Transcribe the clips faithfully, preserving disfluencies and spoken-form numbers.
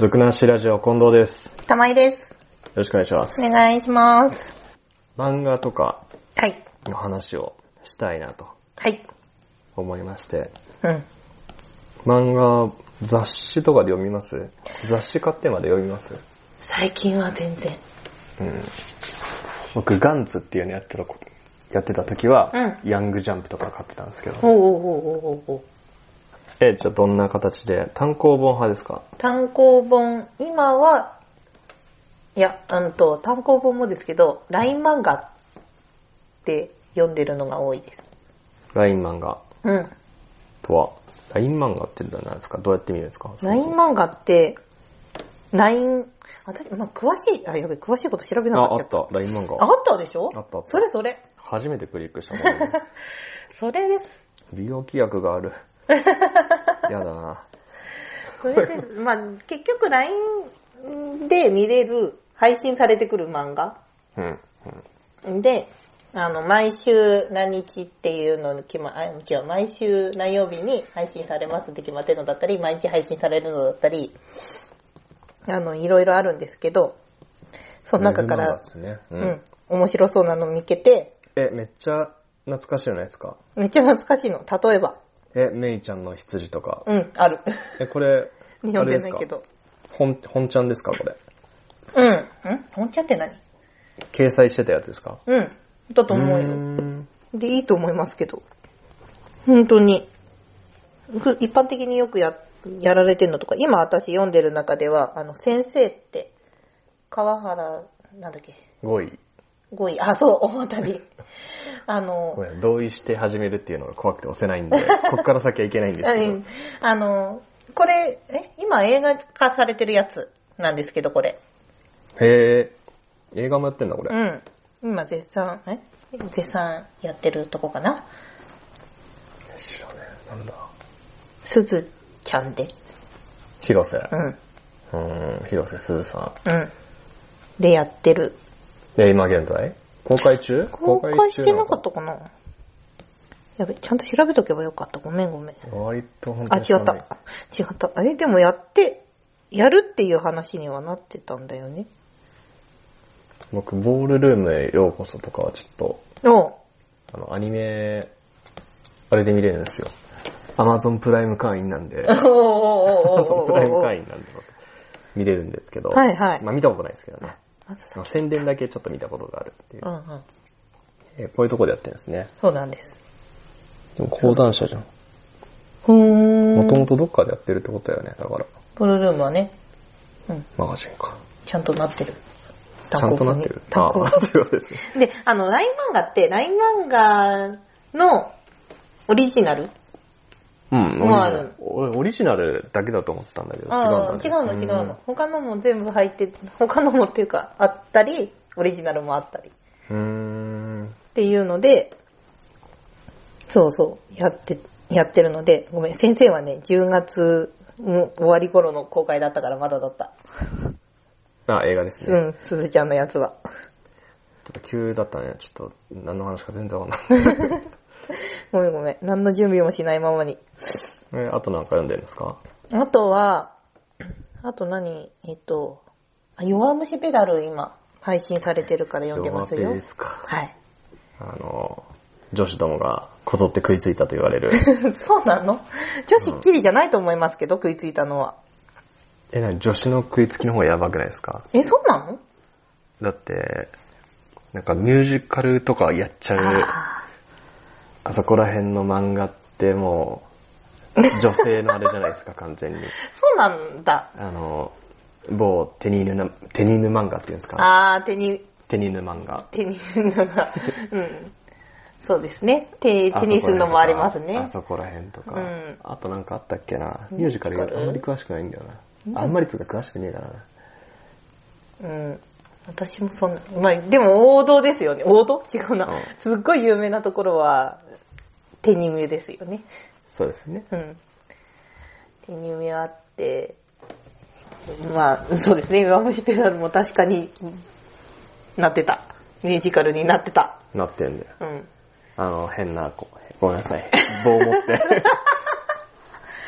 俗なしラジオ近藤です。 玉井です。よろしくお願いします。 お願いします。 漫画とかはいの話をしたいなとはい思いまして、 うん、 漫画雑誌とかで読みます？雑誌買ってまで読みます？ 最近は全然。 うん。僕ガンツっていうのやってたやってた時は、うん、ヤングジャンプとか買ってたんですけど。 おうおうおうおうおう。 え、じゃあどんな形で単行本派ですか？ 単行本、今は、いや、うんと、単行本もですけど、ライン 漫画って読んでるのが多いです。 ライン 漫画。 うん。 とは、ライン 漫画って何ですか？どうやって見るんですか？ ライン 漫画って、ライン、私、まあ、詳しい、あ、やべ、詳しいこと調べなかった。 あ、あった、ライン 漫画。 あったでしょ？ あったあった。 それそれ。 初めてクリックしたもんね。 それです。 美容規約がある。やだな。 それで、まあ、結局 ライン で見れる、配信されてくる漫画。 うんうん、で、あの、毎週何日っていうのに決ま、あ、違う、毎週何曜日に配信されますって決まってるのだったり、毎日配信されるのだったり、あの、いろいろあるんですけど、その中から、 ね、うん、 うん、面白そうなの見つけて、 え、めっちゃ懐かしいのですか？ めっちゃ懐かしいの。例えば。 え、メイちゃんの羊とか。 うん、ある。 え、これ、 読んでないけど。 本、本ちゃんですかこれ？ うん。ん本ちゃんって何？ 掲載してたやつですか？ うん。だと思うよ。うーんで、いいと思いますけど。本当に。一般的によくや、やられてるのとか、今私読んでる中では、あの、先生って、川原、なんだっけ？ ごい。 ごい。あ、そう、大谷。あの、 ごめん、同意して始めるっていうのが怖くて押せないんで、こっから先はいけないんですけど。 あの、これ、え、今映画化されてるやつなんですけど、これ。 へえ、映画もやってんだ、これ。 うん。今絶賛、え絶賛やってるとこかな。 知らねえ、なんだ。 すずちゃんで。 広瀬。 うん。 うーん、広瀬すずさん。うん。でやってる。 で、今現在公開中？ 公開してなかったかな。やべ、ちゃんと調べとけばよかった。ごめんごめん。 割と本当にあ、違った。違った。あれでもやって、やるっていう話にはなってたんだよね。 僕、ボールルームへようこそとかはちょっと、 おあの、アニメ、あれで見れるんですよ。アマゾンプライム会員なんで、 アマゾンプライム会員なんで見れるんですけど、 はいはい。 まあ見たことないですけどね。宣伝だけちょっと見たことがあるっていう。うんうん、えー、こういうとこでやってるんですね。 そうなんです。 でも講談社じゃん。 ふーん。 もともとどっかでやってるってことだよね、だから。 ボールルームはね。 うん。マガジンか。 ちゃんとなってる。 ちゃんとなってる。ああ、そういうことですね。で、あの、ライン 漫画って、ライン 漫画のオリジナルうん、 もある。 オリジナルだけだと思ったんだけど、違うんだね。 違うの違うの、うん。他のも全部入って、他のもっていうか、あったり、オリジナルもあったり。 うーん。 っていうので、そうそう、やって、やってるので、ごめん、先生はね、じゅうがつも終わり頃の公開だったからまだだった。 あ、映画ですね。 うん、すずちゃんのやつは。ちょっと急だったね。ちょっと、何の話か全然わかんない。 ごめんごめん。何の準備もしないままに。 え、あとなんか読んでるんですか？ あとは、あと何えっと、弱虫ペダル今、配信されてるから読んでますよ。 弱ペですか。 はい。 あの、女子どもがこぞって食いついたと言われる。 そうなの？女子っきりじゃないと思いますけど、うん、食いついたのは。 え、なに女子の食いつきの方がやばくないですか？ え、そうなの？ だって、なんかミュージカルとかやっちゃう、あ, あそこら辺の漫画ってもう、女性のあれじゃないですか、完全に。 そうなんだ。 あの、某テニーヌ、テニーヌ漫画っていうんですか？ あー、テニ、 テニーヌ漫画。 テニーヌ漫画。うん。そうですね。テ, テニスのもありますね。 あそこら辺とか。うん、あとなんかあったっけな。ミュージカルあんまり詳しくないんだよな。あんまりつうか詳しくねえからな。うん。私もそんな、まあ、でも王道ですよね。王道違うな、うん。すっごい有名なところは、テニミュですよね。 そうですね。 うん。テニミュあって、まあ、そうですね。弱虫ペダルも確かになってた。ミュージカルになってた。 なってんだよ。 うん。 あの、変な子、ごめんなさい。棒持って。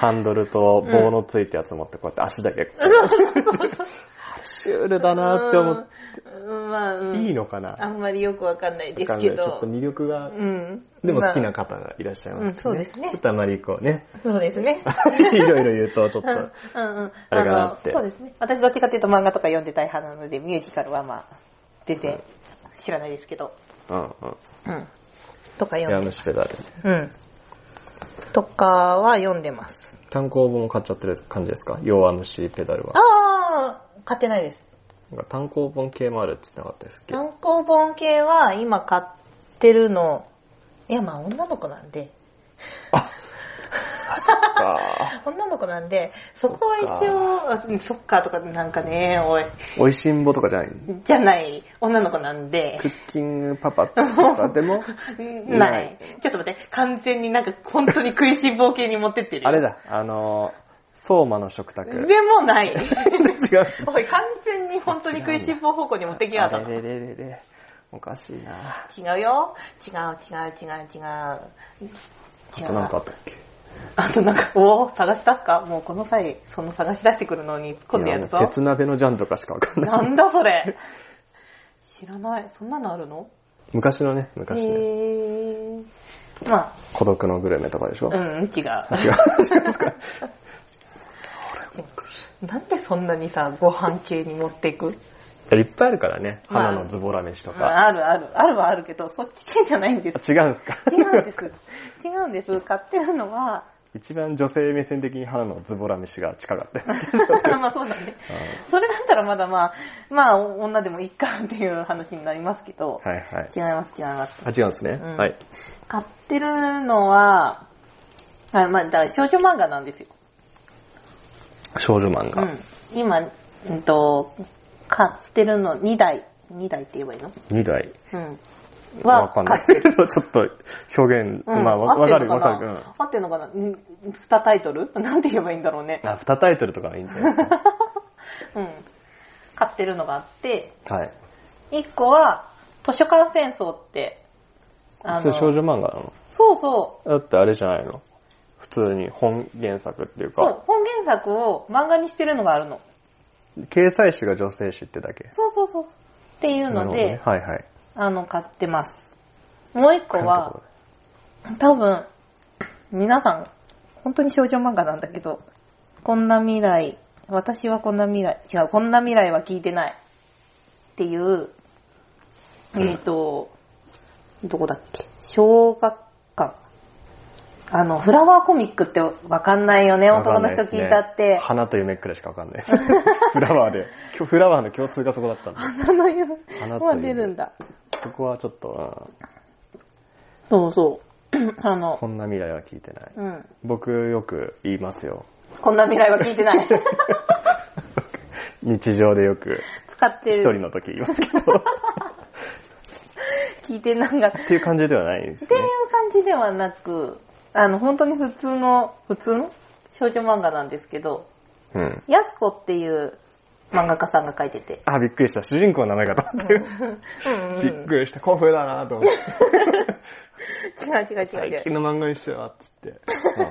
ハンドルと棒のついたやつ持ってこうやって足だけ。シュールだなって思って。 うん、まあ、うん、 いいのかな。 あんまりよくわかんないですけど。 ちょっと魅力が、 うん、 でも好きな方がいらっしゃいますね。 うん、そうですね。 ちょっとあまりこうね。 そうですね。 いろいろ言うとちょっと、 うんうん、 あれかなって。 そうですね。私どっちかっていうと漫画とか読んでたい派なので、ミュージカルはまあ、全然知らないですけど。 うんうん。 うん。とか読んでます。 弱虫ペダル。 うん。とかは読んでます。 単行本を買っちゃってる感じですか？弱虫ペダルは。 ああ、買ってないです。 なんか単行本系もあるって言ってなかったですっけ？ 単行本系は今買ってるの、いやまあ女の子なんで。 あ女の子なんで、そこは一応、そっかとかなんかね、おい。 おいしんぼとかじゃない？ じゃない、女の子なんで。 クッキングパパとかでもない。ちょっと待って、完全になんか本当に食いしん坊系に持ってってるよ。 あれだ、あの、相馬の食卓。 でもない。違う。 おい、完全に本当に食いしん坊方向に持ってきやがった。 れれれれおかしいな。 違うよ。違う違う違う違う。 あとなんかあったっけ？ あとなんか、おー、探し出すか？もうこの際、その探し出してくるのに突っ込んでやるぞ。 鉄鍋のジャンとかしかわかんない。 なんだそれ。知らない。そんなのあるの？ 昔のね、昔のやつ。 へー。まあ。 孤独のグルメとかでしょ？ うん、違う。違う。違うか。なんでそんなにさ、ご飯系に持っていく？ いっぱいあるからね。まあ、花のズボラ飯とか、 まあ。あるある。あるはあるけど、そっち系じゃないんです。 違うんですか？ 違うんです。違うんです。買ってるのは、 一番女性目線的に花のズボラ飯が近かった。 まあそうだね。それだったらまだまあ、まあ女でもいいかっていう話になりますけど。 はいはい。 違います違います。 あ、違うんですね。うん、はい。 買ってるのは、あまあ、だから少女漫画なんですよ。 少女漫画。 うん。今、うんと、買ってるのにだい。にだいって言えばいいの？ に 台。うん。 わかんないけど、ちょっと表現、うん、まあわかるわかる。うん、 合ってんのかな？にタイトルなんて言えばいいんだろうね。 あ、にタイトルとかがいいんじゃないですか。 うん。買ってるのがあって、 はい。 いっこは、図書館戦争って、 あの、それ少女漫画なの？ そうそう。 だってあれじゃないの？普通に本原作っていうか。 そう、本原作を漫画にしてるのがあるの。 掲載誌が女性誌ってだけ。 そうそうそう。っていうので、 ね、はいはい。 あの、買ってます。もう一個は、多分、皆さん、本当に少女漫画なんだけど、こんな未来、私はこんな未来、違う、こんな未来は聞いてないっていう、えっと、どこだっけ、小学館。あの、フラワーコミックってわかんないよね、男の人聞いたって。 花と夢くらいしかわかんないです。フラワーで。フラワーの共通がそこだったんだ。 花の夢は出るんだ。 そこはちょっと、 そうそう。あの、 こんな未来は聞いてない。 うん、僕よく言いますよ。 こんな未来は聞いてない。 日常でよく使ってる。 一人の時言いますけど。 聞いてなんか。 っていう感じではないんですね。 っていう感じではなく、あの、本当に普通の、普通の少女漫画なんですけど、うん。やすこっていう漫画家さんが書いてて。 あ、びっくりした。主人公の名前かと思って。うんうん、びっくりした。古風だなと思って。 違う違う違う違う。 最近の漫画にしてはって言って。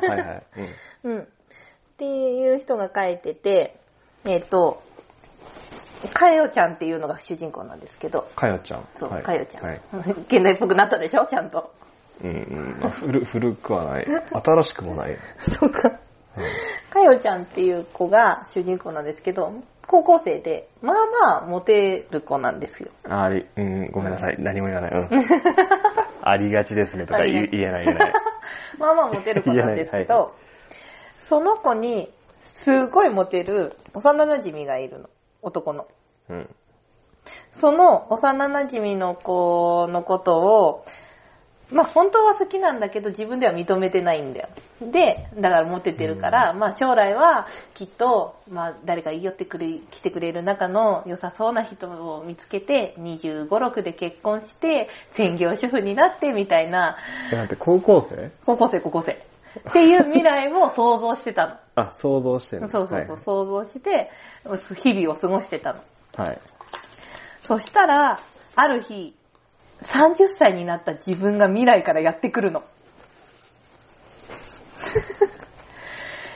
はいはい。 うん。うん。っていう人が書いてて、えっと、かよちゃんっていうのが主人公なんですけど。 かよちゃん。 そう、 はい、 かよちゃん。はい、現代っぽくなったでしょちゃんと。 うんうん。まあ、古、古くはない。新しくもない。 そうか。かよちゃんっていう子が主人公なんですけど、高校生で、まあまあモテる子なんですよ。 あり、うん、ごめんなさい。何も言わない。うん。ありがちですねとか言えない言えない。 まあまあモテる子なんですけど、はい、その子にすごいモテる幼馴染がいるの。男の。うん。その幼馴染の子のことを、まあ本当は好きなんだけど自分では認めてないんだよ。で、だからモテてるから、うん、まあ将来はきっと、まあ誰か言い寄ってくれ、来てくれる中の良さそうな人を見つけて、にじゅうご、ろくで結婚して、専業主婦になってみたいな。 え、なんて高校生？ 高校生、高校生。っていう未来も想像してたの。 あ、想像してるの？ そうそうそう、はい、想像して、日々を過ごしてたの。 はい。 そしたら、ある日、さんじゅっさいになった自分が未来からやってくるの。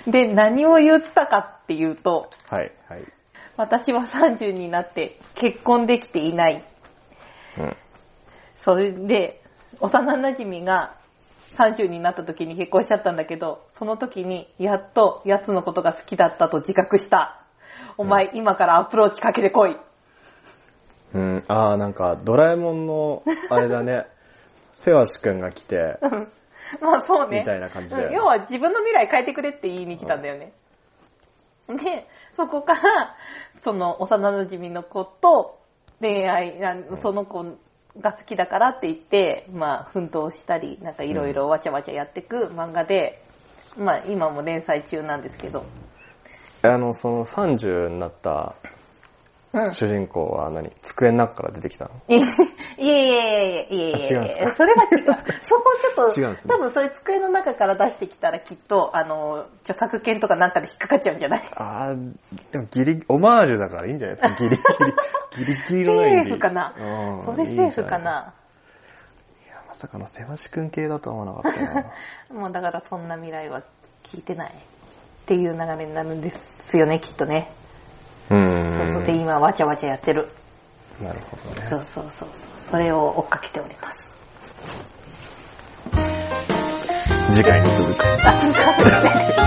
で、何を言ったかっていうと、 はいはい。 私はさんじゅうになって結婚できていない。 うん。 それで、幼馴染がさんじゅうになった時に結婚しちゃったんだけど、その時にやっと奴のことが好きだったと自覚した。お前、うん、今からアプローチかけてこい。 うん、ああ、なんかドラえもんのあれだね。セワシくんが来て、 まあそうね。 みたいな感じで。 要は自分の未来変えてくれって言いに来たんだよね。うん、で、そこから、その幼馴染の子と恋愛、その子が好きだからって言って、まあ奮闘したり、なんかいろいろわちゃわちゃやっていく漫画で、うん、まあ今も連載中なんですけど。 あの、そのさんじゅうになった主人公は何、机の中から出てきたの？ いえいえいえいえいえいえ、それは違う。そこちょっと、ね、多分それ机の中から出してきたらきっと、あの、著作権とかなんかで引っかかっちゃうんじゃない？ ああ、でもギリ、オマージュだからいいんじゃないですか、ギリギリ。ギリギリのラインで。 セーフかな？それセーフかな？ いや、まさかのセワシくん系だとは思わなかったな。 もうだからそんな未来は聞いてないっていう流れになるんですよね、きっとね。 うん。 そうそう。で、今、わちゃわちゃやってる。 なるほどね。 そうそうそうそう。それを追っかけております。 次回に続く。 あ、続かない。